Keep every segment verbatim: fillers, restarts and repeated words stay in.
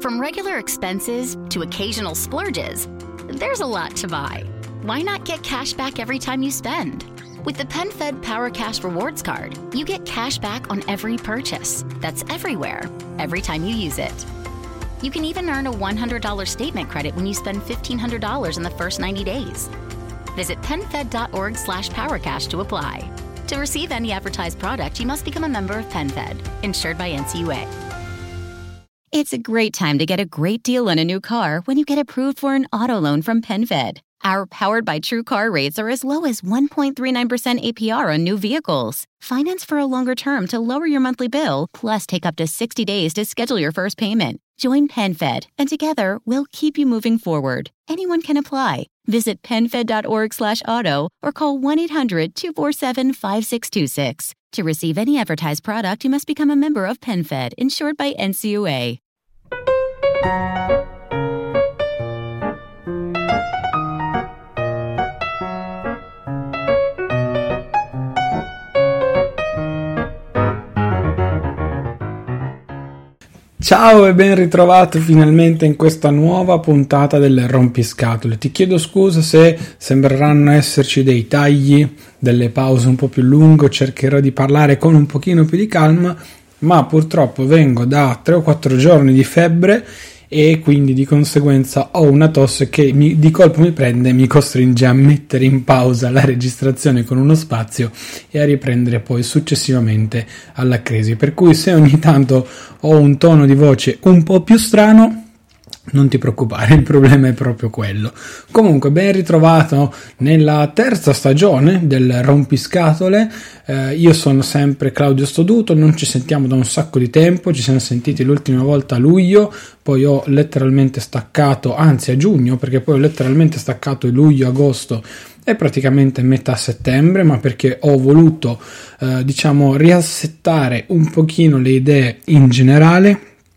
From regular expenses to occasional splurges, there's a lot to buy. Why not get cash back every time you spend? With the PenFed Power Cash Rewards Card, you get cash back on every purchase. That's everywhere, every time you use it. You can even earn a one hundred dollars statement credit when you spend fifteen hundred dollars in the first ninety days. Visit PenFed.org slash PowerCash to apply. To receive any advertised product, you must become a member of PenFed, insured by N C U A. It's a great time to get a great deal on a new car when you get approved for an auto loan from PenFed. Our Powered by True car rates are as low as one point three nine percent A P R on new vehicles. Finance for a longer term to lower your monthly bill, plus take up to sixty days to schedule your first payment. Join PenFed, and together we'll keep you moving forward. Anyone can apply. Visit PenFed.org slash auto or call one eight hundred two four seven five six two six. To receive any advertised product, you must become a member of PenFed, insured by N C U A. Ciao e ben ritrovato finalmente in questa nuova puntata del Rompiscatole. Ti chiedo scusa se sembreranno esserci dei tagli, delle pause un po' più lunghe, cercherò di parlare con un pochino più di calma, ma purtroppo vengo da tre o quattro giorni di febbre e quindi di conseguenza ho una tosse che mi, di colpo mi prende e mi costringe a mettere in pausa la registrazione con uno spazio e a riprendere poi successivamente alla crisi, per cui se ogni tanto ho un tono di voce un po' più strano, non ti preoccupare, il problema è proprio quello. Comunque ben ritrovato nella terza stagione del Rompiscatole. eh, io sono sempre Claudio Stoduto, non ci sentiamo da un sacco di tempo, ci siamo sentiti l'ultima volta a luglio, poi ho letteralmente staccato, anzi a giugno, perché poi ho letteralmente staccato luglio, agosto e praticamente metà settembre, ma perché ho voluto eh, diciamo riassettare un pochino le idee in generale,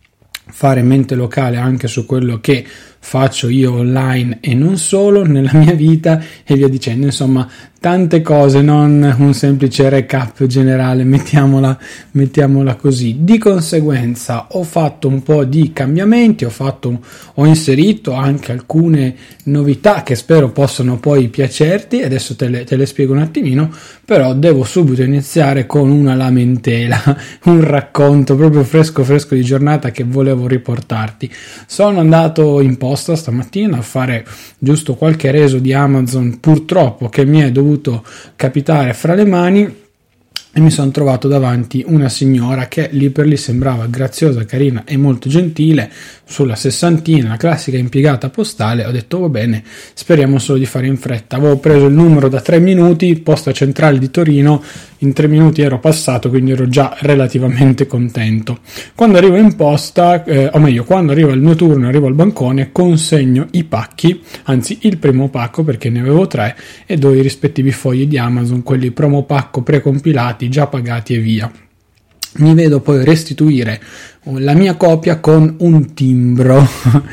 fare mente locale anche su quello che faccio io online e non solo nella mia vita e via dicendo, insomma tante cose, non un semplice recap generale, mettiamola, mettiamola così. Di conseguenza ho fatto un po' di cambiamenti, ho, fatto, ho inserito anche alcune novità che spero possano poi piacerti, adesso te le, te le spiego un attimino, però devo subito iniziare con una lamentela, un racconto proprio fresco fresco di giornata che volevo riportarti. Sono andato in posta stamattina a fare giusto qualche reso di Amazon, purtroppo, che mi è dovuto capitare fra le mani, e mi sono trovato davanti una signora che lì per lì sembrava graziosa, carina e molto gentile, sulla sessantina, la classica impiegata postale. Ho detto va bene, speriamo solo di fare in fretta. Avevo preso il numero da tre minuti, posta centrale di Torino, in tre minuti ero passato, quindi ero già relativamente contento. Quando arrivo in posta, eh, o meglio, quando arriva il mio turno, arrivo al bancone, consegno i pacchi, anzi il primo pacco perché ne avevo tre, e do i rispettivi fogli di Amazon, quelli promo pacco precompilati, già pagati e via. Mi vedo poi restituire la mia copia con un timbro,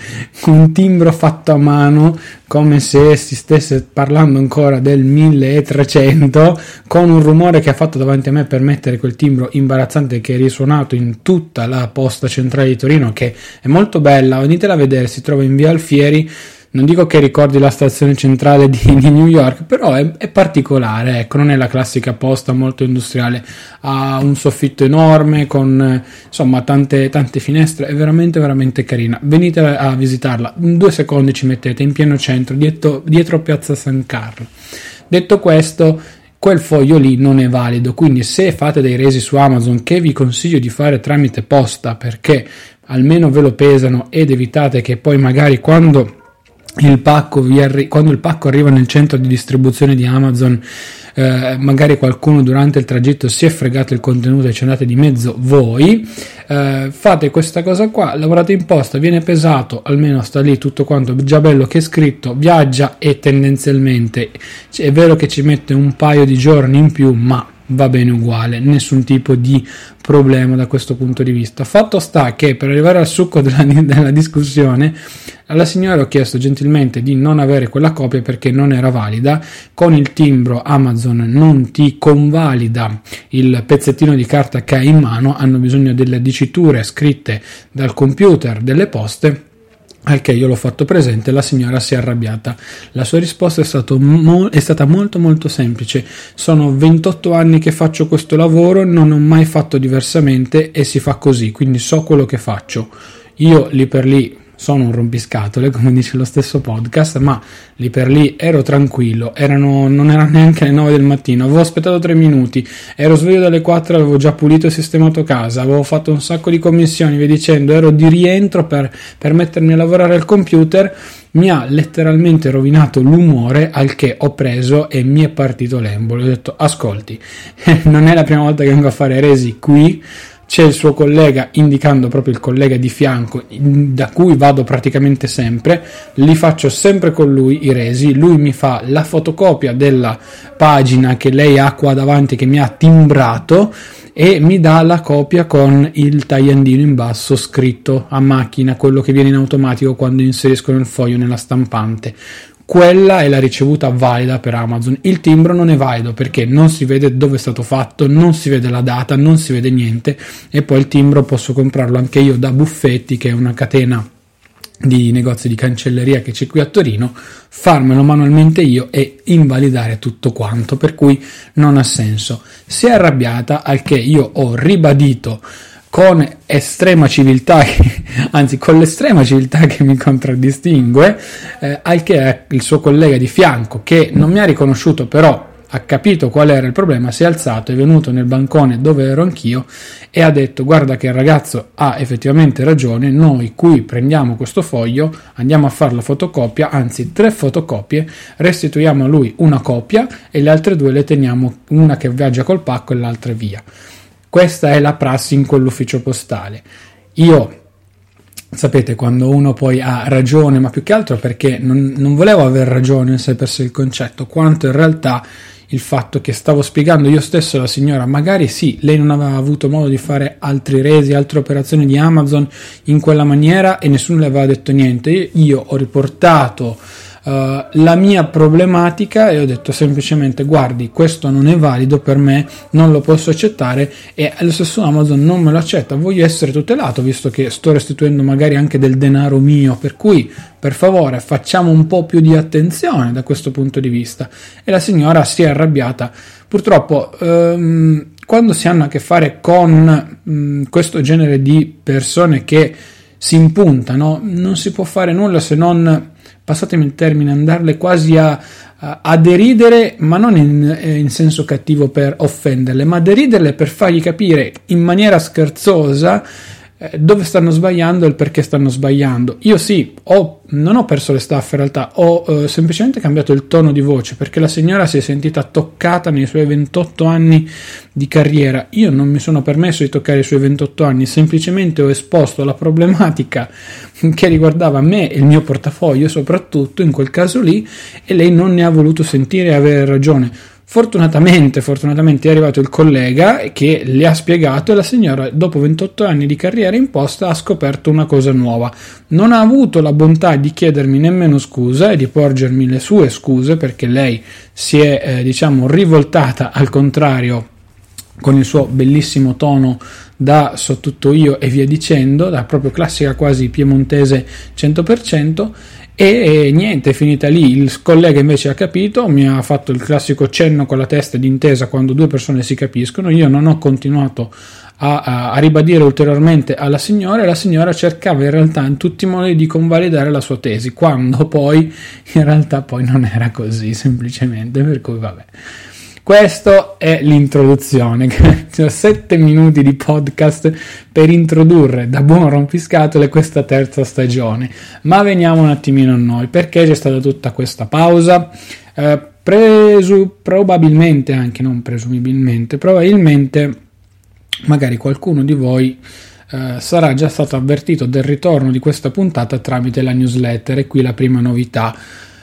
un timbro fatto a mano, come se si stesse parlando ancora del milletrecento, con un rumore che ha fatto davanti a me per mettere quel timbro imbarazzante che è risuonato in tutta la posta centrale di Torino, che è molto bella, venitela a vedere, si trova in via Alfieri. Non dico che ricordi la stazione centrale di, di New York, però è, è particolare, ecco, non è la classica posta molto industriale, ha un soffitto enorme con insomma tante, tante finestre, è veramente veramente carina. Venite a visitarla, in due secondi ci mettete, in pieno centro, dietro, dietro Piazza San Carlo. Detto questo, quel foglio lì non è valido, quindi se fate dei resi su Amazon, che vi consiglio di fare tramite posta, perché almeno ve lo pesano ed evitate che poi magari quando il pacco vi arri- quando il pacco arriva nel centro di distribuzione di Amazon, eh, magari qualcuno durante il tragitto si è fregato il contenuto e ci andate di mezzo voi, eh, fate questa cosa qua, lavorate in posta, viene pesato, almeno sta lì tutto quanto già bello che è scritto, viaggia, e tendenzialmente è vero che ci mette un paio di giorni in più, ma va bene uguale, nessun tipo di problema da questo punto di vista. Fatto sta che, per arrivare al succo della, della discussione, alla signora ho chiesto gentilmente di non avere quella copia perché non era valida. Con il timbro Amazon non ti convalida il pezzettino di carta che hai in mano, hanno bisogno delle diciture scritte dal computer delle poste. Al che io l'ho fatto presente, la signora si è arrabbiata. La sua risposta è, stato mo- è stata molto molto semplice: sono ventotto anni che faccio questo lavoro, non ho mai fatto diversamente e si fa così, quindi so quello che faccio. Io lì per lì sono un rompiscatole, come dice lo stesso podcast, ma lì per lì ero tranquillo, erano, non erano neanche le nove del mattino, avevo aspettato tre minuti, ero sveglio dalle quattro, avevo già pulito e sistemato casa, avevo fatto un sacco di commissioni, via dicendo, ero di rientro per, per mettermi a lavorare al computer. Mi ha letteralmente rovinato l'umore, al che ho preso e mi è partito l'embolo. Ho detto: ascolti, non è la prima volta che vengo a fare resi qui, c'è il suo collega, indicando proprio il collega di fianco da cui vado praticamente sempre, li faccio sempre con lui i resi, lui mi fa la fotocopia della pagina che lei ha qua davanti, che mi ha timbrato, e mi dà la copia con il tagliandino in basso scritto a macchina, quello che viene in automatico quando inseriscono il foglio nella stampante. Quella è la ricevuta valida per Amazon. Il timbro non è valido perché non si vede dove è stato fatto, non si vede la data, non si vede niente. E poi il timbro posso comprarlo anche io da Buffetti, che è una catena di negozi di cancelleria che c'è qui a Torino, farmelo manualmente io e invalidare tutto quanto, per cui non ha senso. Si è arrabbiata, al che io ho ribadito con estrema civiltà, anzi con l'estrema civiltà che mi contraddistingue, eh, al che il suo collega di fianco, che non mi ha riconosciuto, però ha capito qual era il problema, si è alzato, è venuto nel bancone dove ero anch'io e ha detto: guarda che il ragazzo ha effettivamente ragione, noi qui prendiamo questo foglio, andiamo a fare la fotocopia, anzi tre fotocopie, restituiamo a lui una copia e le altre due le teniamo, una che viaggia col pacco e l'altra via. Questa è la prassi in quell'ufficio postale. Io, sapete, quando uno poi ha ragione, ma più che altro perché non, non volevo aver ragione in sé per sé il concetto, quanto in realtà il fatto che stavo spiegando io stesso alla signora, magari sì, lei non aveva avuto modo di fare altri resi, altre operazioni di Amazon in quella maniera e nessuno le aveva detto niente. Io ho riportato Uh, la mia problematica e ho detto semplicemente: guardi, questo non è valido per me, non lo posso accettare, e lo stesso Amazon non me lo accetta, voglio essere tutelato visto che sto restituendo magari anche del denaro mio, per cui per favore facciamo un po' più di attenzione da questo punto di vista. E la signora si è arrabbiata. Purtroppo um, quando si hanno a che fare con um, questo genere di persone che si impuntano, non si può fare nulla se non, passatemi il termine, andarle quasi a, a, a deridere, ma non in, in senso cattivo per offenderle, ma deriderle per fargli capire in maniera scherzosa eh, dove stanno sbagliando e il perché stanno sbagliando. Io sì, ho, non ho perso le staffe in realtà, ho eh, semplicemente cambiato il tono di voce perché la signora si è sentita toccata nei suoi ventotto anni di carriera. Io non mi sono permesso di toccare i suoi ventotto anni, semplicemente ho esposto la problematica che riguardava me e il mio portafoglio soprattutto in quel caso lì, e lei non ne ha voluto sentire e avere ragione. Fortunatamente, fortunatamente è arrivato il collega che le ha spiegato e la signora, dopo ventotto anni di carriera imposta, ha scoperto una cosa nuova. Non ha avuto la bontà di chiedermi nemmeno scusa e di porgermi le sue scuse, perché lei si è eh, diciamo rivoltata al contrario con il suo bellissimo tono da so tutto io e via dicendo, da proprio classica quasi piemontese cento per cento. E niente, è finita lì. Il collega invece ha capito, mi ha fatto il classico cenno con la testa d'intesa quando due persone si capiscono. Io non ho continuato a, a, a ribadire ulteriormente alla signora, e la signora cercava in realtà in tutti i modi di convalidare la sua tesi, quando poi in realtà poi non era così, semplicemente, per cui vabbè. Questo è l'introduzione, cioè sette minuti di podcast per introdurre da buon rompiscatole questa terza stagione. Ma veniamo un attimino a noi, perché c'è stata tutta questa pausa? Eh, presu- probabilmente, anche non presumibilmente, probabilmente magari qualcuno di voi eh, sarà già stato avvertito del ritorno di questa puntata tramite la newsletter, e qui la prima novità.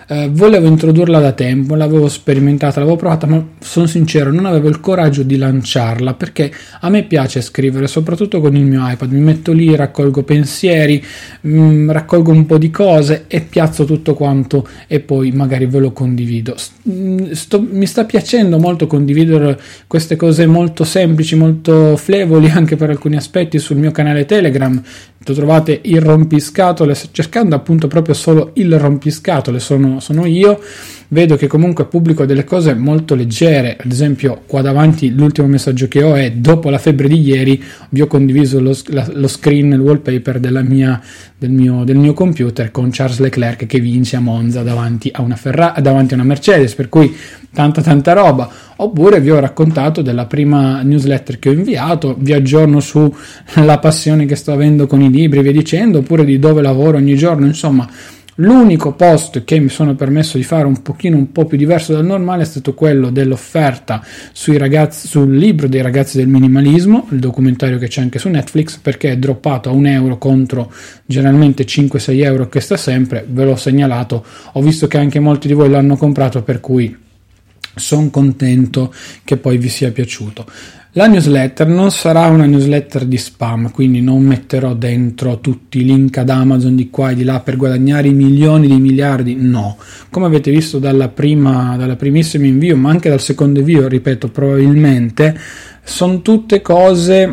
Eh, volevo introdurla da tempo, l'avevo sperimentata, l'avevo provata, ma sono sincero, non avevo il coraggio di lanciarla, perché a me piace scrivere, soprattutto con il mio iPad. Mi metto lì, raccolgo pensieri, mh, raccolgo un po' di cose e piazzo tutto quanto e poi magari ve lo condivido. Sto, mi sta piacendo molto condividere queste cose molto semplici, molto flevoli anche per alcuni aspetti sul mio canale Telegram. Trovate il rompiscatole, cercando appunto proprio solo il rompiscatole sono, sono io. Vedo che comunque pubblico delle cose molto leggere, ad esempio qua davanti l'ultimo messaggio che ho è: dopo la febbre di ieri vi ho condiviso lo, la, lo screen, il wallpaper della mia, del, mio, del mio computer con Charles Leclerc che vince a Monza davanti a una Ferrari, davanti a una Mercedes, per cui tanta tanta roba. Oppure vi ho raccontato della prima newsletter che ho inviato, vi aggiorno sulla passione che sto avendo con i libri, via dicendo, oppure di dove lavoro ogni giorno. Insomma, l'unico post che mi sono permesso di fare un pochino un po' più diverso dal normale è stato quello dell'offerta sui ragazzi, sul libro dei ragazzi del minimalismo, il documentario che c'è anche su Netflix, perché è droppato a un euro contro generalmente cinque sei euro che sta sempre. Ve l'ho segnalato, ho visto che anche molti di voi l'hanno comprato, per cui sono contento che poi vi sia piaciuto. La newsletter non sarà una newsletter di spam, quindi non metterò dentro tutti i link ad Amazon di qua e di là per guadagnare i milioni di miliardi, no. Come avete visto dalla prima, dalla primissima invio, ma anche dal secondo invio, ripeto, probabilmente sono tutte cose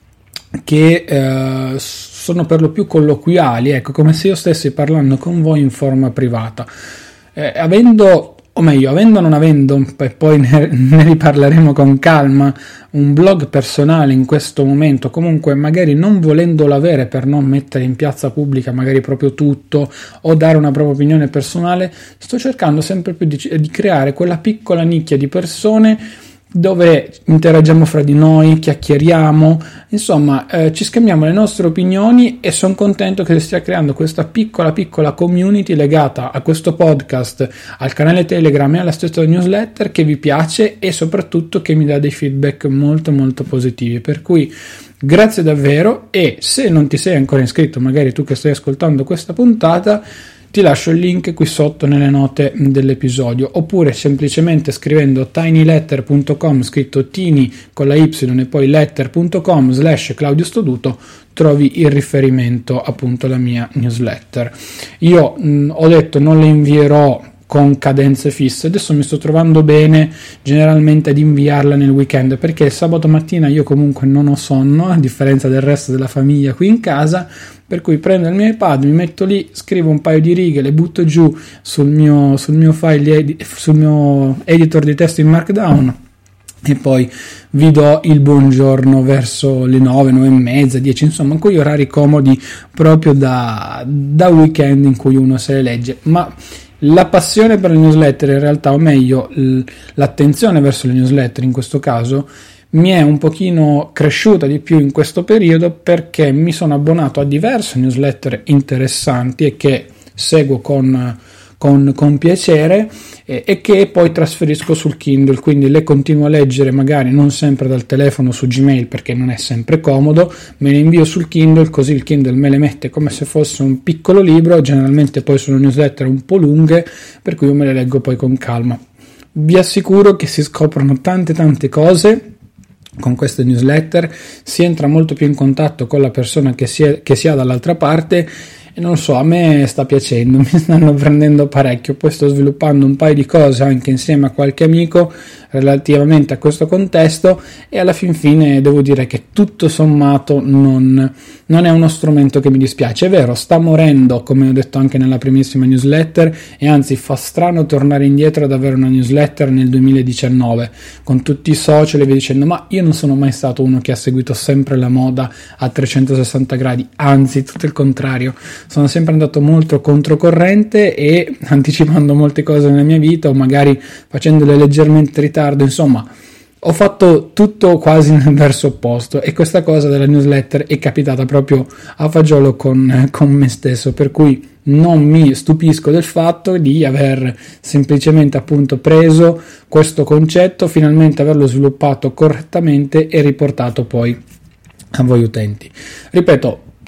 che eh, sono per lo più colloquiali, ecco, come se io stessi parlando con voi in forma privata. Eh, avendo o meglio, avendo o non avendo, e poi ne, ne riparleremo con calma, un blog personale in questo momento, comunque magari non volendolo avere per non mettere in piazza pubblica magari proprio tutto o dare una propria opinione personale, sto cercando sempre più di, di creare quella piccola nicchia di persone dove interagiamo fra di noi, chiacchieriamo, insomma eh, ci scambiamo le nostre opinioni, e sono contento che si stia creando questa piccola piccola community legata a questo podcast, al canale Telegram e alla stessa newsletter, che vi piace e soprattutto che mi dà dei feedback molto molto positivi, per cui grazie davvero. E se non ti sei ancora iscritto, magari tu che stai ascoltando questa puntata, ti lascio il link qui sotto nelle note dell'episodio, oppure semplicemente scrivendo tinyletter punto com, scritto tiny con la y e poi letter punto com slash Claudio Stoduto, trovi il riferimento appunto alla mia newsletter. Io mh, ho detto non le invierò con cadenze fisse, adesso mi sto trovando bene generalmente ad inviarla nel weekend, perché il sabato mattina io comunque non ho sonno, a differenza del resto della famiglia qui in casa, per cui prendo il mio iPad, mi metto lì, scrivo un paio di righe, le butto giù sul mio, sul mio file, sul mio editor di testo in Markdown, e poi vi do il buongiorno verso le nove, nove e mezza, dieci, insomma, quegli orari comodi proprio da, da weekend in cui uno se le legge. Ma la passione per le newsletter, in realtà, o meglio l'attenzione verso le newsletter in questo caso, mi è un pochino cresciuta di più in questo periodo, perché mi sono abbonato a diverse newsletter interessanti e che seguo con, con, con piacere, e, e che poi trasferisco sul Kindle, quindi le continuo a leggere magari non sempre dal telefono su Gmail, perché non è sempre comodo, me le invio sul Kindle, così il Kindle me le mette come se fosse un piccolo libro. Generalmente poi sono newsletter un po' lunghe, per cui io me le leggo poi con calma. Vi assicuro che si scoprono tante tante cose con queste newsletter, si entra molto più in contatto con la persona che si, è, che si ha dall'altra parte, e non so, a me sta piacendo, mi stanno prendendo parecchio. Poi sto sviluppando un paio di cose anche insieme a qualche amico relativamente a questo contesto, e alla fin fine devo dire che tutto sommato non, non è uno strumento che mi dispiace. È vero, sta morendo, come ho detto anche nella primissima newsletter, e anzi fa strano tornare indietro ad avere una newsletter nel duemiladiciannove con tutti i social e via dicendo, ma io non sono mai stato uno che ha seguito sempre la moda a trecentosessanta gradi, anzi tutto il contrario, sono sempre andato molto controcorrente e anticipando molte cose nella mia vita, o magari facendole leggermente in ritardo. Insomma, ho fatto tutto quasi nel verso opposto, e questa cosa della newsletter è capitata proprio a fagiolo con, con me stesso, per cui non mi stupisco del fatto di aver semplicemente appunto preso questo concetto, finalmente averlo sviluppato correttamente e riportato poi a voi utenti. Ripeto,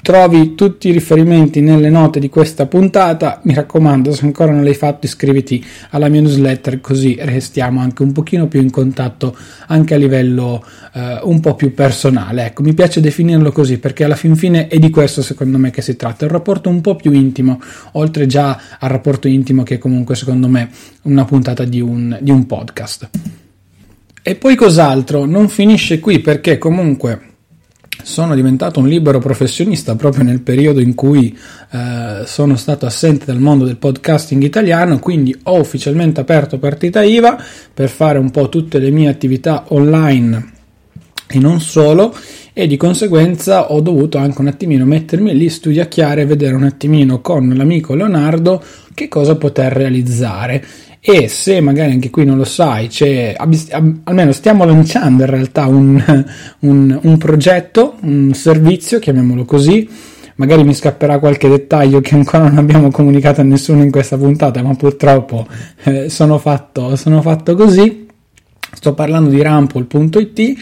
trovi tutti i riferimenti nelle note di questa puntata. Mi raccomando, se ancora non l'hai fatto, iscriviti alla mia newsletter, così restiamo anche un pochino più in contatto anche a livello eh, un po' più personale. Ecco, mi piace definirlo così perché alla fin fine è di questo secondo me che si tratta, è un rapporto un po' più intimo, oltre già al rapporto intimo che è comunque secondo me una puntata di un, di un podcast. E poi cos'altro? Non finisce qui, perché comunque sono diventato un libero professionista proprio nel periodo in cui eh, sono stato assente dal mondo del podcasting italiano, quindi ho ufficialmente aperto partita I V A per fare un po' tutte le mie attività online e non solo, e di conseguenza ho dovuto anche un attimino mettermi lì, studiacchiare e vedere un attimino con l'amico Leonardo che cosa poter realizzare. E se magari anche qui non lo sai, c'è, almeno stiamo lanciando in realtà un, un, un progetto, un servizio, chiamiamolo così. Magari mi scapperà qualche dettaglio che ancora non abbiamo comunicato a nessuno in questa puntata, ma purtroppo eh, sono fatto, sono fatto così. Sto parlando di Rumple punto it,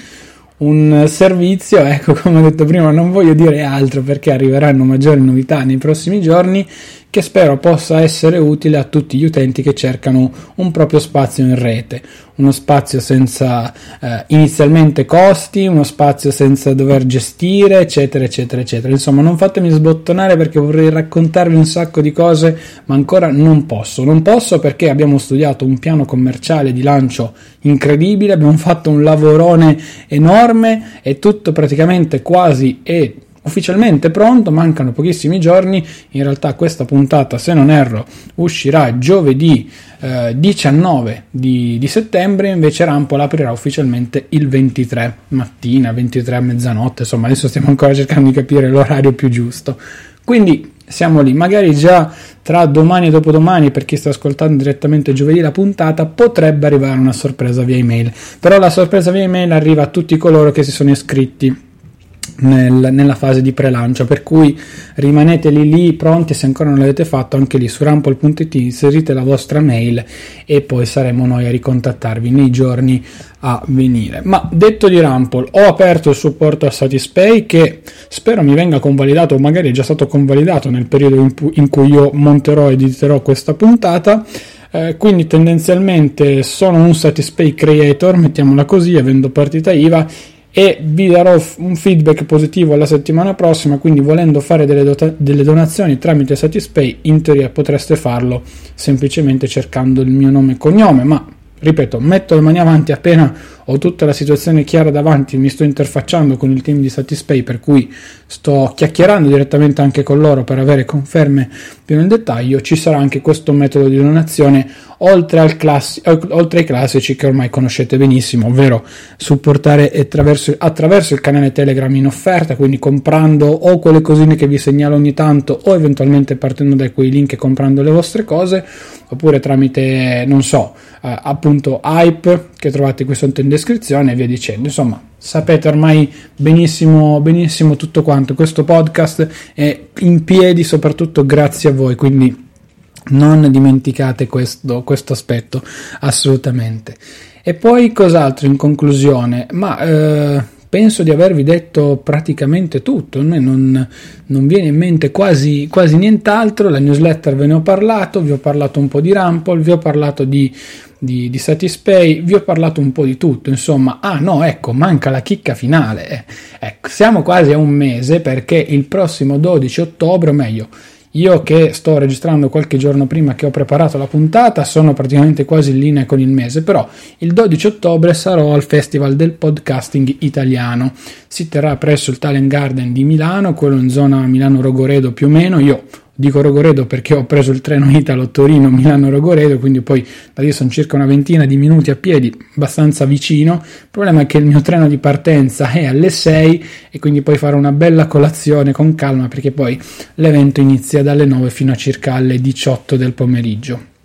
un servizio, ecco, come ho detto prima, non voglio dire altro perché arriveranno maggiori novità nei prossimi giorni, che spero possa essere utile a tutti gli utenti che cercano un proprio spazio in rete, uno spazio senza eh, inizialmente costi, uno spazio senza dover gestire, eccetera eccetera eccetera. Insomma, non fatemi sbottonare perché vorrei raccontarvi un sacco di cose, ma ancora non posso non posso perché abbiamo studiato un piano commerciale di lancio incredibile, abbiamo fatto un lavorone enorme e tutto praticamente quasi è ufficialmente pronto, mancano pochissimi giorni. In realtà questa puntata, se non erro, uscirà giovedì eh, diciannove di, di settembre, invece Rumple aprirà ufficialmente il ventitré mattina, ventitré a mezzanotte, insomma adesso stiamo ancora cercando di capire l'orario più giusto, quindi siamo lì. Magari già tra domani e dopodomani, per chi sta ascoltando direttamente giovedì la puntata, potrebbe arrivare una sorpresa via email, però la sorpresa via email arriva a tutti coloro che si sono iscritti Nel, nella fase di pre-lancio, per cui rimanete lì lì pronti. Se ancora non l'avete fatto, anche lì su Rumple punto it inserite la vostra mail e poi saremo noi a ricontattarvi nei giorni a venire. Ma detto di Rumple, ho aperto il supporto a Satispay, che spero mi venga convalidato, o magari è già stato convalidato nel periodo in, pu- in cui io monterò e editerò questa puntata. Eh, quindi tendenzialmente sono un Satispay creator, mettiamola così, avendo partita I V A, e vi darò un feedback positivo la settimana prossima, quindi volendo fare delle, dota- delle donazioni tramite Satispay, in teoria potreste farlo semplicemente cercando il mio nome e cognome, ma ripeto, metto le mani avanti appena ho tutta la situazione chiara davanti. Mi sto interfacciando con il team di Satispay, per cui sto chiacchierando direttamente anche con loro per avere conferme più nel dettaglio. Ci sarà anche questo metodo di donazione, oltre, al classi- oltre ai classici che ormai conoscete benissimo, ovvero supportare attraverso, attraverso il canale Telegram in offerta, quindi comprando o quelle cosine che vi segnalo ogni tanto, o eventualmente partendo da quei link e comprando le vostre cose, oppure tramite, non so, eh, appunto Hype, che trovate qui sotto in descrizione, e via dicendo. Insomma, sapete ormai benissimo benissimo tutto quanto. Questo podcast è in piedi soprattutto grazie a voi, quindi non dimenticate questo, questo aspetto assolutamente. E poi cos'altro in conclusione? Ma eh, penso di avervi detto praticamente tutto. A me non, non viene in mente quasi, quasi nient'altro. La newsletter ve ne ho parlato, vi ho parlato un po' di Rumple, vi ho parlato di Di, di Satispay, vi ho parlato un po' di tutto, insomma. Ah no, ecco, manca la chicca finale. Eh, ecco, siamo quasi a un mese, perché il prossimo dodici ottobre, o meglio, io che sto registrando qualche giorno prima che ho preparato la puntata, sono praticamente quasi in linea con il mese, però il dodici ottobre sarò al Festival del Podcasting Italiano. Si terrà presso il Talent Garden di Milano, quello in zona Milano-Rogoredo più o meno. Io dico Rogoredo perché ho preso il treno Italo Torino-Milano-Rogoredo, quindi poi da lì sono circa una ventina di minuti a piedi, abbastanza vicino. Il problema è che il mio treno di partenza è alle sei e quindi poi fare una bella colazione con calma, perché poi l'evento inizia dalle nove fino a circa alle diciotto del pomeriggio.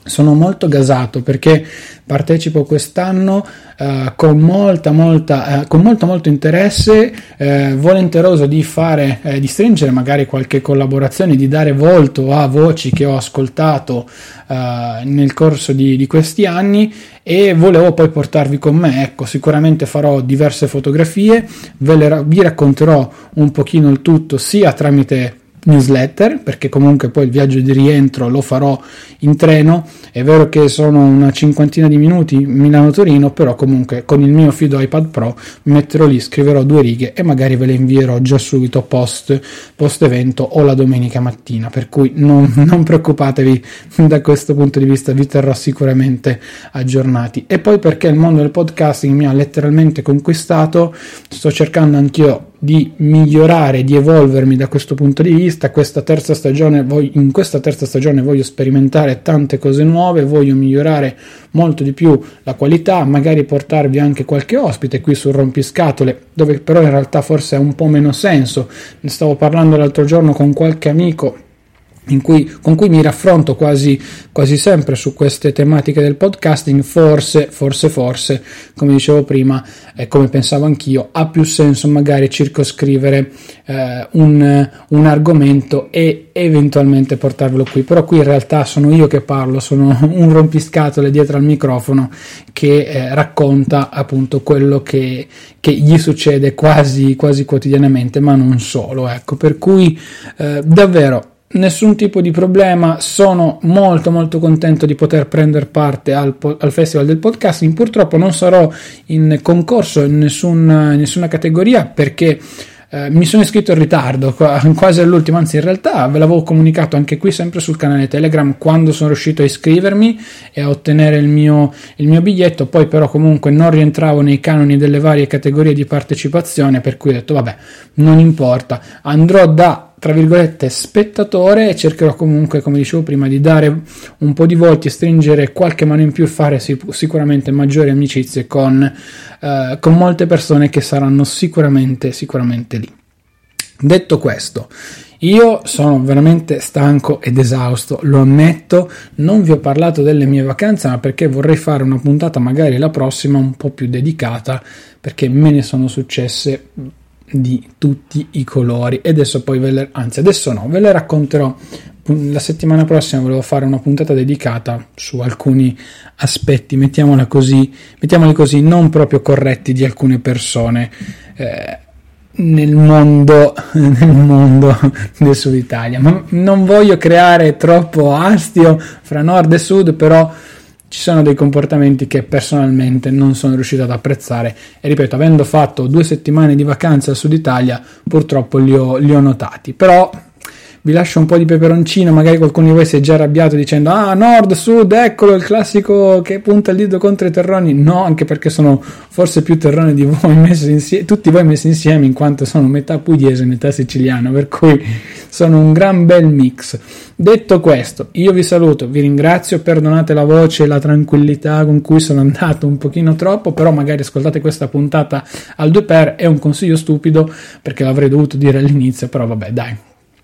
sono molto gasato perché partecipo quest'anno eh, con molta molta eh, con molto molto interesse, eh, volenteroso di fare eh, di stringere magari qualche collaborazione, di dare volto a voci che ho ascoltato eh, nel corso di, di questi anni, e volevo poi portarvi con me. Ecco, sicuramente farò diverse fotografie, ve le, vi racconterò un pochino il tutto sia tramite newsletter, perché comunque poi il viaggio di rientro lo farò in treno. È vero che sono una cinquantina di minuti Milano-Torino, però comunque con il mio fido iPad Pro mi metterò lì, scriverò due righe e magari ve le invierò già subito post, post evento o la domenica mattina, per cui non, non preoccupatevi da questo punto di vista, vi terrò sicuramente aggiornati. E poi perché il mondo del podcasting mi ha letteralmente conquistato, sto cercando anch'io di migliorare, di evolvermi da questo punto di vista. Questa terza stagione voglio, in questa terza stagione voglio sperimentare tante cose nuove, voglio migliorare molto di più la qualità, magari portarvi anche qualche ospite qui sul Rompiscatole, dove però in realtà forse ha un po' meno senso. Ne stavo parlando l'altro giorno con qualche amico in cui, con cui mi raffronto quasi, quasi sempre su queste tematiche del podcasting. Forse, forse, forse, come dicevo prima, e eh, come pensavo anch'io, ha più senso magari circoscrivere eh, un, un argomento e eventualmente portarvelo qui. Però qui in realtà sono io che parlo, sono un rompiscatole dietro al microfono che eh, racconta appunto quello che, che gli succede quasi, quasi quotidianamente, ma non solo, ecco. Per cui eh, davvero nessun tipo di problema, sono molto molto contento di poter prendere parte al, al Festival del Podcasting. Purtroppo non sarò in concorso in nessuna, in nessuna categoria perché eh, mi sono iscritto in ritardo, quasi all'ultimo, anzi in realtà ve l'avevo comunicato anche qui sempre sul canale Telegram quando sono riuscito a iscrivermi e a ottenere il mio, il mio biglietto. Poi però comunque non rientravo nei canoni delle varie categorie di partecipazione, per cui ho detto vabbè, non importa, andrò da tra virgolette spettatore e cercherò comunque, come dicevo prima, di dare un po' di volti, stringere qualche mano in più e fare sic- sicuramente maggiori amicizie con, eh, con molte persone che saranno sicuramente sicuramente lì. Detto questo, io sono veramente stanco ed esausto, lo ammetto. Non vi ho parlato delle mie vacanze, ma perché vorrei fare una puntata magari la prossima un po' più dedicata, perché me ne sono successe di tutti i colori. E adesso poi ve le, anzi adesso no, ve le racconterò la settimana prossima. Volevo fare una puntata dedicata su alcuni aspetti, mettiamola così, mettiamoli così, non proprio corretti di alcune persone eh, nel mondo nel mondo del Sud Italia. Ma non voglio creare troppo astio fra nord e sud, però ci sono dei comportamenti che personalmente non sono riuscito ad apprezzare e, ripeto, avendo fatto due settimane di vacanze al Sud Italia, purtroppo li ho, li ho notati. Però vi lascio un po' di peperoncino, magari qualcuno di voi si è già arrabbiato dicendo ah, nord, sud, eccolo il classico che punta il dito contro i terroni. No, anche perché sono forse più terroni di voi messi insieme, tutti voi messi insieme, in quanto sono metà pugliese e metà siciliano, per cui sono un gran bel mix. Detto questo, io vi saluto, vi ringrazio, perdonate la voce e la tranquillità con cui sono andato un pochino troppo, però magari ascoltate questa puntata al due per, è un consiglio stupido perché l'avrei dovuto dire all'inizio, però vabbè, dai,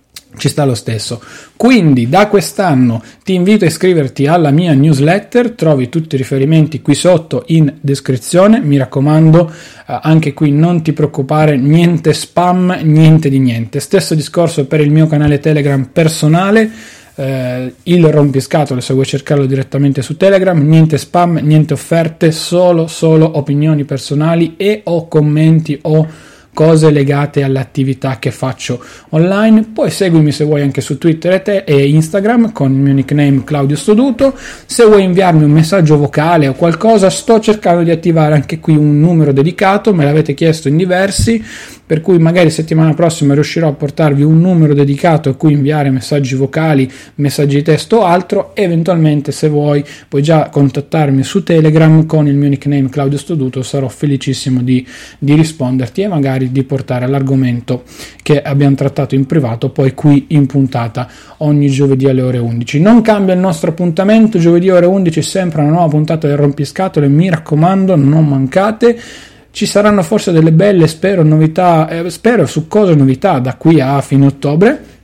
ci sta lo stesso. Quindi da quest'anno ti invito a iscriverti alla mia newsletter, trovi tutti i riferimenti qui sotto in descrizione. Mi raccomando, eh, anche qui non ti preoccupare, niente spam, niente di niente. Stesso discorso per il mio canale Telegram personale, eh, il Rompiscatole, se vuoi cercarlo direttamente su Telegram. Niente spam, niente offerte, solo solo opinioni personali e o commenti o cose legate alle attività che faccio online. Poi seguimi se vuoi anche su Twitter e, te, e Instagram con il mio nickname Claudio Stoduto. Se vuoi inviarmi un messaggio vocale o qualcosa, sto cercando di attivare anche qui un numero dedicato, me l'avete chiesto in diversi, per cui magari settimana prossima riuscirò a portarvi un numero dedicato a cui inviare messaggi vocali, messaggi di testo o altro. Eventualmente, se vuoi, puoi già contattarmi su Telegram con il mio nickname Claudio Stoduto, sarò felicissimo di, di risponderti e magari di portare all'argomento che abbiamo trattato in privato poi qui in puntata ogni giovedì alle ore undici. Non cambia il nostro appuntamento, giovedì ore undici, sempre una nuova puntata del Rompiscatole, mi raccomando, non mancate. Ci saranno forse delle belle, spero, novità, eh, spero su cose novità da qui a fine ottobre.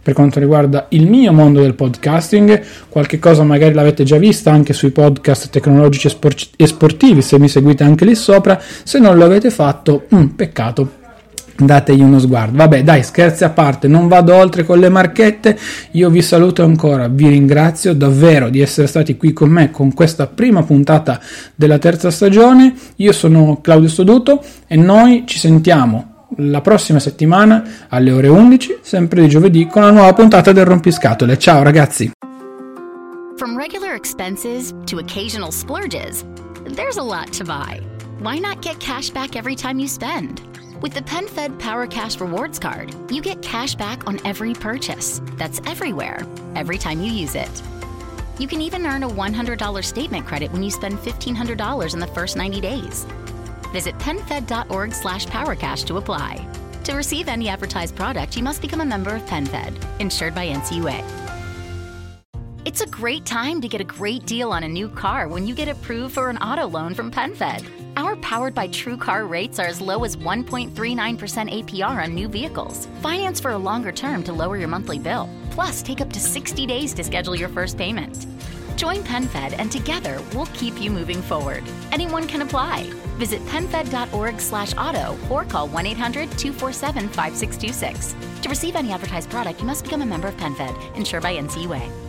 per quanto riguarda il mio mondo del podcasting. Qualche cosa magari l'avete già vista anche sui podcast tecnologici e sportivi, se mi seguite anche lì sopra. Se non lo avete fatto, mm, peccato, dategli uno sguardo. Vabbè, dai, scherzi a parte, non vado oltre con le marchette. Io vi saluto ancora, vi ringrazio davvero di essere stati qui con me con questa prima puntata della terza stagione. Io sono Claudio Stoduto e noi ci sentiamo la prossima settimana alle ore undici, sempre di giovedì, con una nuova puntata del Rompiscatole. Ciao ragazzi! From regular expenses to occasional splurges, there's a lot to buy. Why not get cash back every time you spend? With the PenFed Power Cash Rewards Card, you get cash back on every purchase. That's everywhere, every time you use it. You can even earn a one hundred dollars statement credit when you spend fifteen hundred dollars in the first ninety days. Visit penfed.org slash powercash to apply. To receive any advertised product, you must become a member of PenFed, insured by N C U A. It's a great time to get a great deal on a new car when you get approved for an auto loan from PenFed. Our Powered by True Car rates are as low as one point three nine percent A P R on new vehicles. Finance for a longer term to lower your monthly bill. Plus, take up to sixty days to schedule your first payment. Join PenFed and together we'll keep you moving forward. Anyone can apply. Visit penfed.org slash auto or call one eight hundred two four seven five six two six. To receive any advertised product, you must become a member of PenFed, insured by N C U A.